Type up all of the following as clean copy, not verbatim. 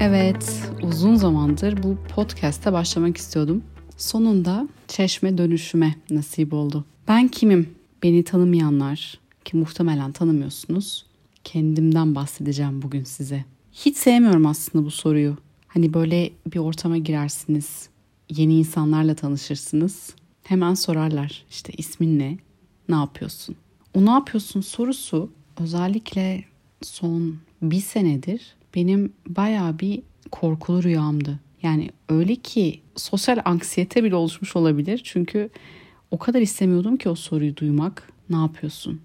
Evet, uzun zamandır bu podcast'e başlamak istiyordum. Sonunda Çeşme dönüşüme nasip oldu. Ben kimim? Beni tanımayanlar, ki muhtemelen tanımıyorsunuz, kendimden bahsedeceğim bugün size. Hiç sevmiyorum aslında bu soruyu. Hani böyle bir ortama girersiniz, yeni insanlarla tanışırsınız. Hemen sorarlar işte ismin ne, ne yapıyorsun? O ne yapıyorsun sorusu özellikle son bir senedir benim bayağı bir korkulu rüyamdı. Yani öyle ki sosyal anksiyete bile oluşmuş olabilir. Çünkü o kadar istemiyordum ki o soruyu duymak. Ne yapıyorsun?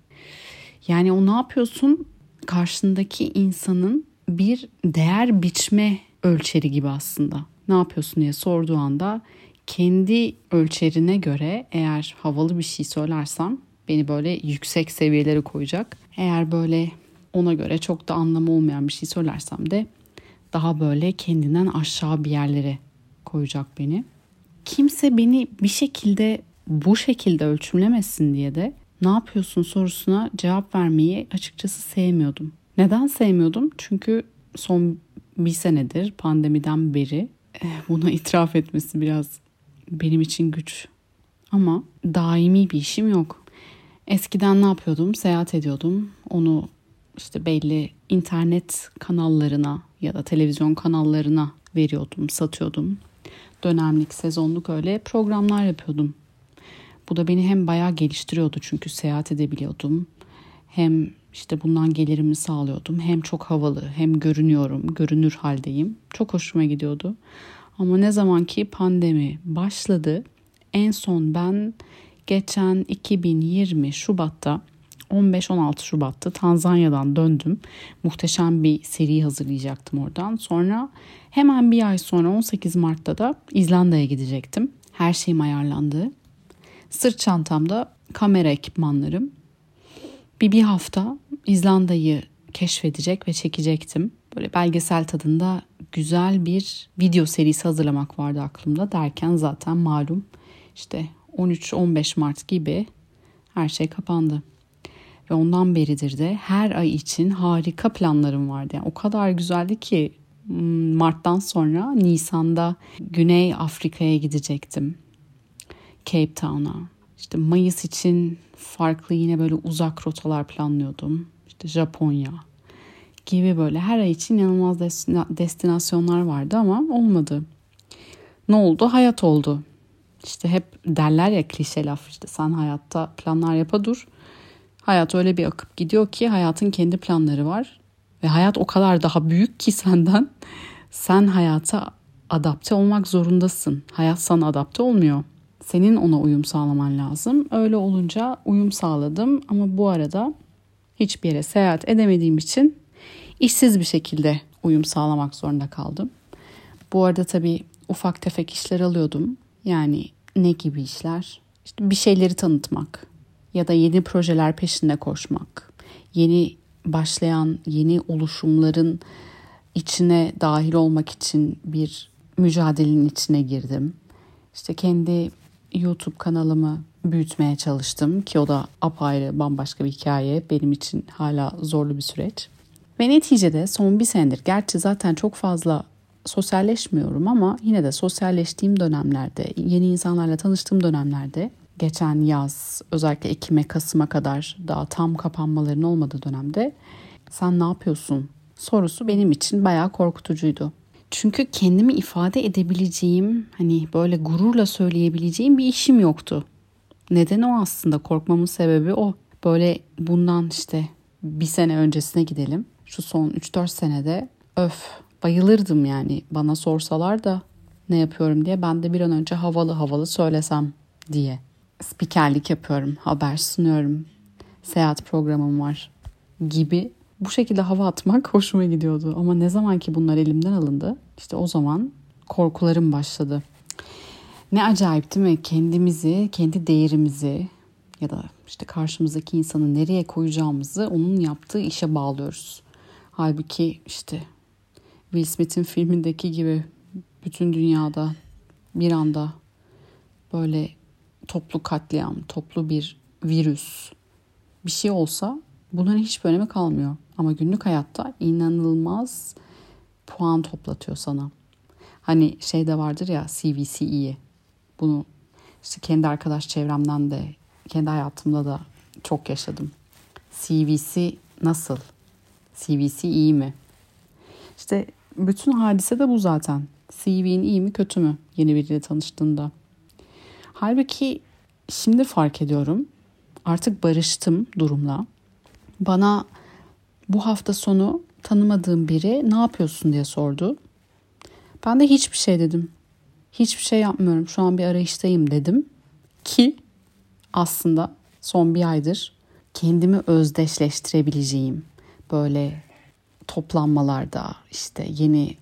Yani o ne yapıyorsun karşındaki insanın bir değer biçme ölçeri gibi aslında. Ne yapıyorsun diye sorduğu anda kendi ölçerine göre eğer havalı bir şey söylersem beni böyle yüksek seviyelere koyacak. Eğer böyle ona göre çok da anlamı olmayan bir şey söylersem de daha böyle kendinden aşağı bir yerlere koyacak beni. Kimse beni bir şekilde bu şekilde ölçümlemesin diye de ne yapıyorsun sorusuna cevap vermeyi açıkçası sevmiyordum. Neden sevmiyordum? Çünkü son bir senedir pandemiden beri bunu itiraf etmesi biraz benim için güç. Ama daimi bir işim yok. Eskiden ne yapıyordum? Seyahat ediyordum. Onu işte belli internet kanallarına ya da televizyon kanallarına veriyordum, satıyordum. Dönemlik, sezonluk öyle programlar yapıyordum. Bu da beni hem bayağı geliştiriyordu çünkü seyahat edebiliyordum. Hem işte bundan gelirimi sağlıyordum. Hem çok havalı, hem görünür haldeyim. Çok hoşuma gidiyordu. Ama ne zaman ki pandemi başladı, en son ben geçen 2020 Şubat'ta 15-16 Şubat'ta Tanzanya'dan döndüm. Muhteşem bir seri hazırlayacaktım oradan. Sonra hemen bir ay sonra 18 Mart'ta da İzlanda'ya gidecektim. Her şeyim ayarlandı. Sırt çantamda kamera ekipmanlarım. Bir hafta İzlanda'yı keşfedecek ve çekecektim. Böyle belgesel tadında güzel bir video serisi hazırlamak vardı aklımda derken zaten malum işte 13-15 Mart gibi her şey kapandı. Ve ondan beridir de her ay için harika planlarım vardı. Yani o kadar güzeldi ki Mart'tan sonra Nisan'da Güney Afrika'ya gidecektim. Cape Town'a. İşte Mayıs için farklı yine böyle uzak rotalar planlıyordum. İşte Japonya gibi böyle her ay için inanılmaz destinasyonlar vardı ama olmadı. Ne oldu? Hayat oldu. İşte hep derler ya klişe laf işte sen hayatta planlar yapa dur. Hayat öyle bir akıp gidiyor ki hayatın kendi planları var. Ve hayat o kadar daha büyük ki senden. Sen hayata adapte olmak zorundasın. Hayat sana adapte olmuyor. Senin ona uyum sağlaman lazım. Öyle olunca uyum sağladım ama bu arada hiçbir yere seyahat edemediğim için işsiz bir şekilde uyum sağlamak zorunda kaldım. Bu arada tabii ufak tefek işler alıyordum. Yani ne gibi işler? İşte bir şeyleri tanıtmak ya da yeni projeler peşinde koşmak. Yeni başlayan yeni oluşumların içine dahil olmak için bir mücadelenin içine girdim. İşte kendi YouTube kanalımı büyütmeye çalıştım ki o da apayrı bambaşka bir hikaye. Benim için hala zorlu bir süreç. Ve neticede son bir senedir gerçi zaten çok fazla sosyalleşmiyorum ama yine de sosyalleştiğim dönemlerde, yeni insanlarla tanıştığım dönemlerde geçen yaz özellikle Ekim'e Kasım'a kadar daha tam kapanmaların olmadığı dönemde sen ne yapıyorsun sorusu benim için bayağı korkutucuydu. Çünkü kendimi ifade edebileceğim, hani böyle gururla söyleyebileceğim bir işim yoktu. Neden o aslında korkmamın sebebi o. Böyle bundan işte bir sene öncesine gidelim. Şu son 3-4 senede bayılırdım yani bana sorsalar da ne yapıyorum diye ben de bir an önce havalı havalı söylesem diye. Spikerlik yapıyorum, haber sunuyorum, seyahat programım var gibi bu şekilde hava atmak hoşuma gidiyordu. Ama ne zaman ki bunlar elimden alındı işte o zaman korkularım başladı. Ne acayip değil mi? Kendimizi, kendi değerimizi ya da işte karşımızdaki insanı nereye koyacağımızı onun yaptığı işe bağlıyoruz. Halbuki işte Will Smith'in filmindeki gibi bütün dünyada bir anda böyle toplu katliam, toplu bir virüs bir şey olsa bunların hiçbir önemi kalmıyor. Ama günlük hayatta inanılmaz puan toplatıyor sana. Hani şey de vardır ya, CVC iyi. Bunu işte kendi arkadaş çevremden de, kendi hayatımda da çok yaşadım. CVC nasıl? CVC iyi mi? İşte bütün hadise de bu zaten. CV'nin iyi mi kötü mü yeni biriyle tanıştığında. Halbuki şimdi fark ediyorum. Artık barıştım durumla. Bana bu hafta sonu tanımadığım biri ne yapıyorsun diye sordu. Ben de hiçbir şey dedim. Hiçbir şey yapmıyorum. Şu an bir arayıştayım dedim. Ki aslında son bir aydır kendimi özdeşleştirebileceğim, böyle toplanmalarda, işte yeni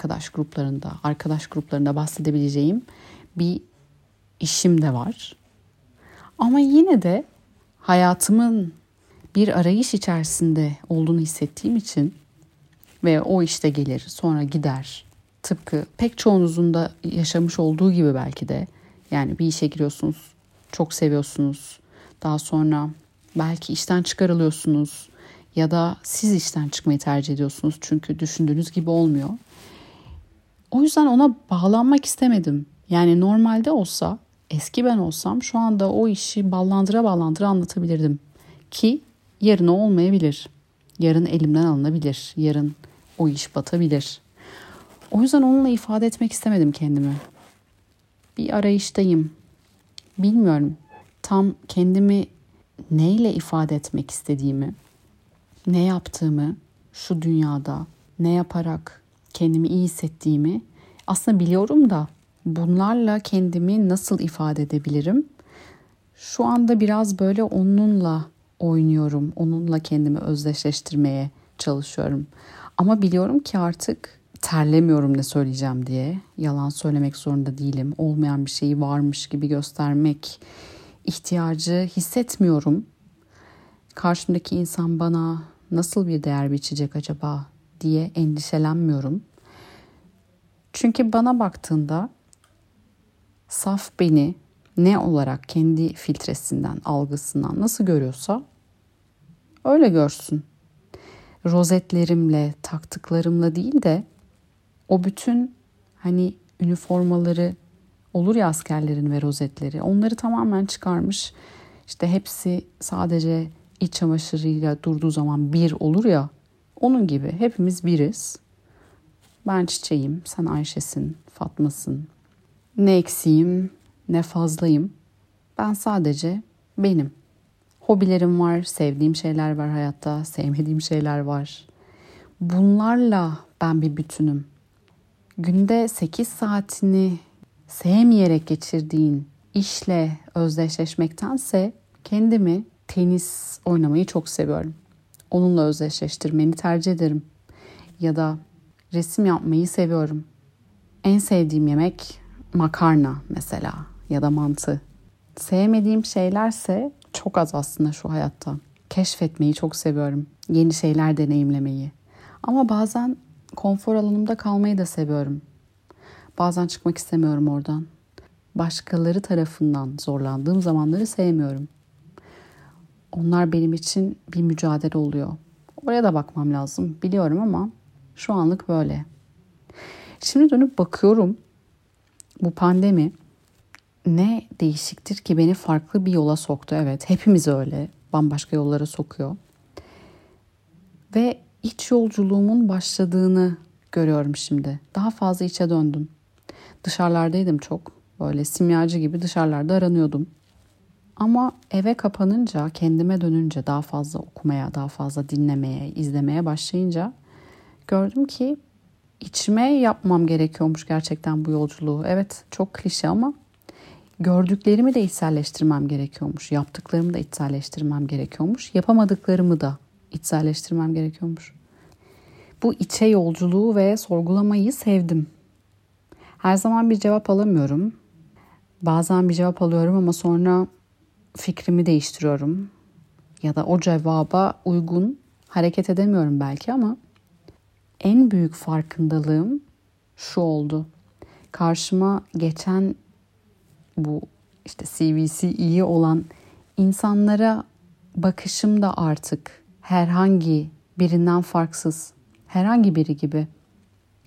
arkadaş gruplarında bahsedebileceğim bir işim de var. Ama yine de hayatımın bir arayış içerisinde olduğunu hissettiğim için ve o işte gelir sonra gider. Tıpkı pek çoğunuzun da yaşamış olduğu gibi belki de. Yani bir işe giriyorsunuz, çok seviyorsunuz. Daha sonra belki işten çıkarılıyorsunuz ya da siz işten çıkmayı tercih ediyorsunuz çünkü düşündüğünüz gibi olmuyor. O yüzden ona bağlanmak istemedim. Yani normalde olsa, eski ben olsam şu anda o işi ballandıra ballandıra anlatabilirdim. Ki yarın o olmayabilir. Yarın elimden alınabilir. Yarın o iş batabilir. O yüzden onunla ifade etmek istemedim kendimi. Bir arayıştayım. Bilmiyorum tam kendimi neyle ifade etmek istediğimi, ne yaptığımı şu dünyada, ne yaparak kendimi iyi hissettiğimi aslında biliyorum da bunlarla kendimi nasıl ifade edebilirim? Şu anda biraz böyle onunla oynuyorum. Onunla kendimi özdeşleştirmeye çalışıyorum. Ama biliyorum ki artık terlemiyorum ne söyleyeceğim diye. Yalan söylemek zorunda değilim. Olmayan bir şeyi varmış gibi göstermek ihtiyacı hissetmiyorum. Karşımdaki insan bana nasıl bir değer biçecek acaba diye endişelenmiyorum. Çünkü bana baktığında saf beni ne olarak kendi filtresinden, algısından nasıl görüyorsa öyle görsün. Rozetlerimle, taktıklarımla değil de o bütün hani üniformaları olur ya askerlerin ve rozetleri, onları tamamen çıkarmış. İşte hepsi sadece iç çamaşırıyla durduğu zaman bir olur ya, onun gibi hepimiz biriz. Ben Çiçeğim, sen Ayşe'sin, Fatma'sın. Ne eksiğim, ne fazlayım. Ben sadece benim. Hobilerim var, sevdiğim şeyler var hayatta, sevmediğim şeyler var. Bunlarla ben bir bütünüm. Günde 8 saatini sevmeyerek geçirdiğin işle özdeşleşmektense kendimi tenis oynamayı çok seviyorum. Onunla özdeşleştirmeni tercih ederim. Ya da resim yapmayı seviyorum. En sevdiğim yemek makarna mesela ya da mantı. Sevmediğim şeylerse çok az aslında şu hayatta. Keşfetmeyi çok seviyorum. Yeni şeyler deneyimlemeyi. Ama bazen konfor alanımda kalmayı da seviyorum. Bazen çıkmak istemiyorum oradan. Başkaları tarafından zorlandığım zamanları sevmiyorum. Onlar benim için bir mücadele oluyor. Oraya da bakmam lazım biliyorum ama şu anlık böyle. Şimdi dönüp bakıyorum. Bu pandemi ne değişiktir ki beni farklı bir yola soktu. Evet, hepimiz öyle. Bambaşka yollara sokuyor. Ve iç yolculuğumun başladığını görüyorum şimdi. Daha fazla içe döndüm. Dışarılardaydım çok. Böyle simyacı gibi dışarılarda aranıyordum. Ama eve kapanınca, kendime dönünce, daha fazla okumaya, daha fazla dinlemeye, izlemeye başlayınca gördüm ki içime yapmam gerekiyormuş gerçekten bu yolculuğu. Evet, çok klişe ama gördüklerimi de içselleştirmem gerekiyormuş. Yaptıklarımı da içselleştirmem gerekiyormuş. Yapamadıklarımı da içselleştirmem gerekiyormuş. Bu içe yolculuğu ve sorgulamayı sevdim. Her zaman bir cevap alamıyorum. Bazen bir cevap alıyorum ama sonra fikrimi değiştiriyorum. Ya da o cevaba uygun hareket edemiyorum belki ama en büyük farkındalığım şu oldu. Karşıma geçen bu işte CVC iyi olan insanlara bakışım da artık herhangi birinden farksız, herhangi biri gibi.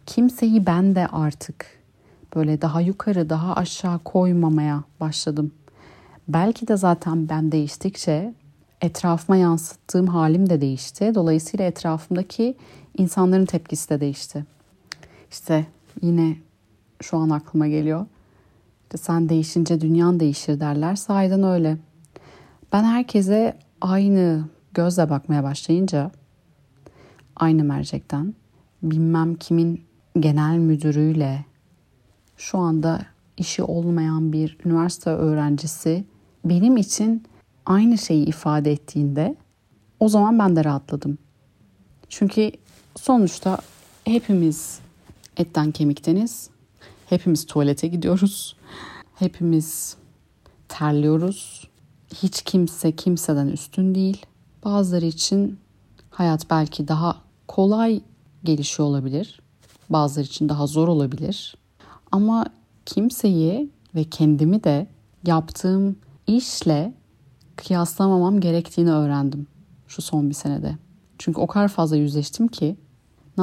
Kimseyi ben de artık böyle daha yukarı, daha aşağı koymamaya başladım. Belki de zaten ben değiştikçe etrafıma yansıttığım halim de değişti. Dolayısıyla etrafımdaki insanların tepkisi de değişti. İşte yine şu an aklıma geliyor. İşte sen değişince dünyan değişir derler. Sahiden öyle. Ben herkese aynı gözle bakmaya başlayınca, aynı mercekten, bilmem kimin genel müdürüyle şu anda işi olmayan bir üniversite öğrencisi benim için aynı şeyi ifade ettiğinde o zaman ben de rahatladım. Çünkü sonuçta hepimiz etten kemikteniz. Hepimiz tuvalete gidiyoruz. Hepimiz terliyoruz. Hiç kimse kimseden üstün değil. Bazıları için hayat belki daha kolay gelişiyor olabilir. Bazıları için daha zor olabilir. Ama kimseyi ve kendimi de yaptığım işle kıyaslamamam gerektiğini öğrendim şu son bir senede. Çünkü o kadar fazla yüzleştim ki ne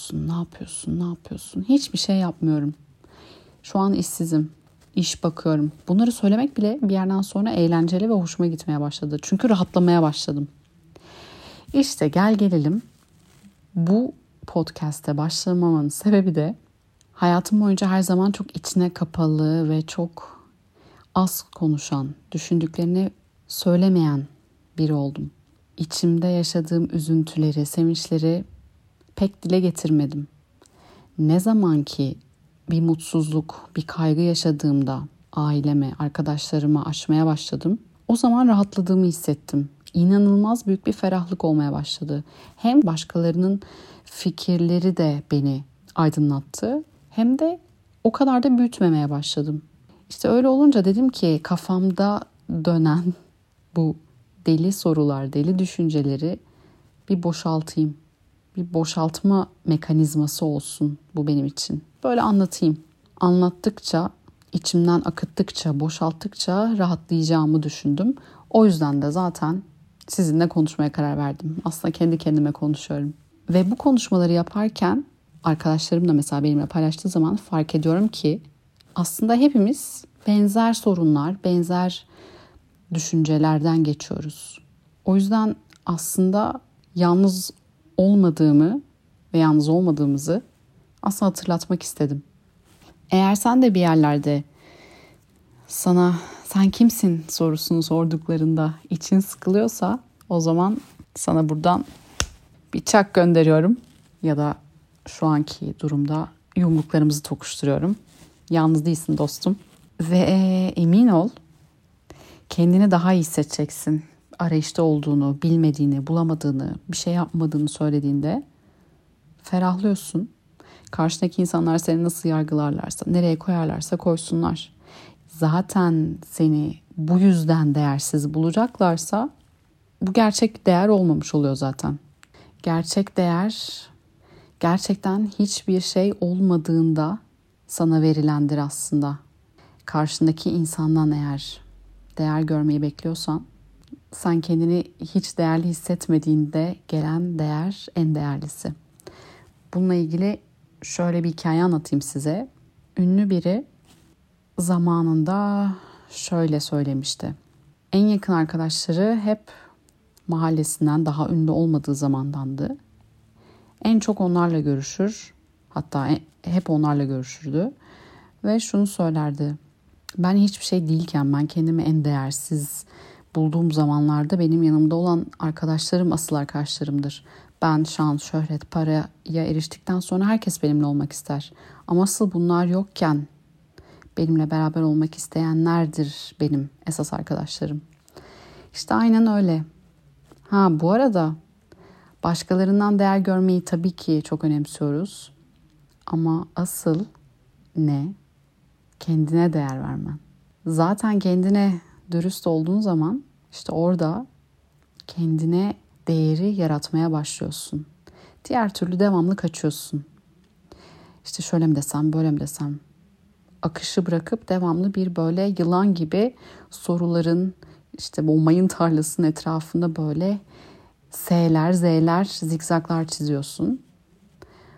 yapıyorsun? Hiçbir şey yapmıyorum. Şu an işsizim. İş bakıyorum. Bunları söylemek bile bir yerden sonra eğlenceli ve hoşuma gitmeye başladı. Çünkü rahatlamaya başladım. İşte gel gelelim. Bu podcast'te başlamamın sebebi de hayatım boyunca her zaman çok içine kapalı ve çok az konuşan, düşündüklerini söylemeyen biri oldum. İçimde yaşadığım üzüntüleri, sevinçleri pek dile getirmedim. Ne zaman ki bir mutsuzluk, bir kaygı yaşadığımda aileme, arkadaşlarıma açmaya başladım. O zaman rahatladığımı hissettim. İnanılmaz büyük bir ferahlık olmaya başladı. Hem başkalarının fikirleri de beni aydınlattı, hem de o kadar da büyütmemeye başladım. İşte öyle olunca dedim ki kafamda dönen bu deli sorular, deli düşünceleri bir boşaltayım. Bir boşaltma mekanizması olsun bu benim için. Böyle anlatayım. Anlattıkça, içimden akıttıkça, boşalttıkça rahatlayacağımı düşündüm. O yüzden de zaten sizinle konuşmaya karar verdim. Aslında kendi kendime konuşuyorum. Ve bu konuşmaları yaparken arkadaşlarım da mesela benimle paylaştığı zaman fark ediyorum ki aslında hepimiz benzer sorunlar, benzer düşüncelerden geçiyoruz. O yüzden aslında yalnız olmadığımı ve yalnız olmadığımızı aslında hatırlatmak istedim. Eğer sen de bir yerlerde sana sen kimsin sorusunu sorduklarında için sıkılıyorsa o zaman sana buradan bir çak gönderiyorum. Ya da şu anki durumda yumruklarımızı tokuşturuyorum. Yalnız değilsin dostum. Ve emin ol kendini daha iyi hissedeceksin. Arayışta olduğunu, bilmediğini, bulamadığını, bir şey yapmadığını söylediğinde ferahlıyorsun. Karşındaki insanlar seni nasıl yargılarlarsa, nereye koyarlarsa koysunlar. Zaten seni bu yüzden değersiz bulacaklarsa bu gerçek değer olmamış oluyor zaten. Gerçek değer gerçekten hiçbir şey olmadığında sana verilendir aslında. Karşındaki insandan eğer değer görmeyi bekliyorsan sen kendini hiç değerli hissetmediğinde gelen değer en değerlisi. Bununla ilgili şöyle bir hikaye anlatayım size. Ünlü biri zamanında şöyle söylemişti. En yakın arkadaşları hep mahallesinden daha ünlü olmadığı zamandandı. En çok onlarla görüşür, hatta hep onlarla görüşürdü. Ve şunu söylerdi. Ben hiçbir şey değilken, ben kendimi en değersiz bulduğum zamanlarda benim yanımda olan arkadaşlarım asıl arkadaşlarımdır. Ben şan, şöhret, paraya eriştikten sonra herkes benimle olmak ister. Ama asıl bunlar yokken benimle beraber olmak isteyenlerdir benim esas arkadaşlarım. İşte aynen öyle. Bu arada başkalarından değer görmeyi tabii ki çok önemsiyoruz. Ama asıl ne? Kendine değer vermen. Zaten kendine dürüst olduğun zaman işte orada kendine değeri yaratmaya başlıyorsun. Diğer türlü devamlı kaçıyorsun. İşte şöyle mi desem, böyle mi desem. Akışı bırakıp devamlı bir böyle yılan gibi soruların işte bu mayın tarlasının etrafında böyle S'ler, Z'ler, zikzaklar çiziyorsun.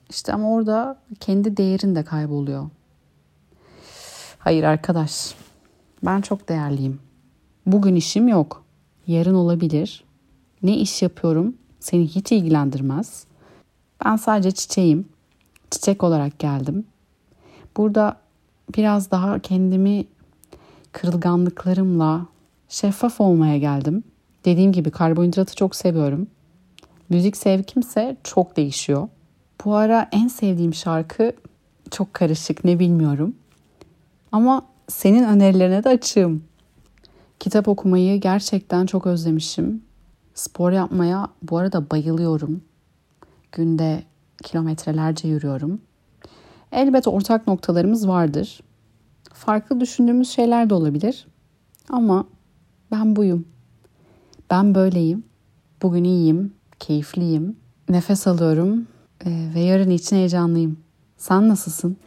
İşte ama orada kendi değerin de kayboluyor. Hayır arkadaş, ben çok değerliyim. Bugün işim yok. Yarın olabilir. Ne iş yapıyorum seni hiç ilgilendirmez. Ben sadece çiçeğim. Çiçek olarak geldim. Burada biraz daha kendimi kırılganlıklarımla şeffaf olmaya geldim. Dediğim gibi karbonhidratı çok seviyorum. Müzik zevkimse çok değişiyor. Bu ara en sevdiğim şarkı çok karışık, ne bilmiyorum. Ama senin önerilerine de açığım. Kitap okumayı gerçekten çok özlemişim. Spor yapmaya bu arada bayılıyorum. Günde kilometrelerce yürüyorum. Elbette ortak noktalarımız vardır. Farklı düşündüğümüz şeyler de olabilir. Ama ben buyum. Ben böyleyim. Bugün iyiyim, keyifliyim. Nefes alıyorum ve yarın için heyecanlıyım. Sen nasılsın?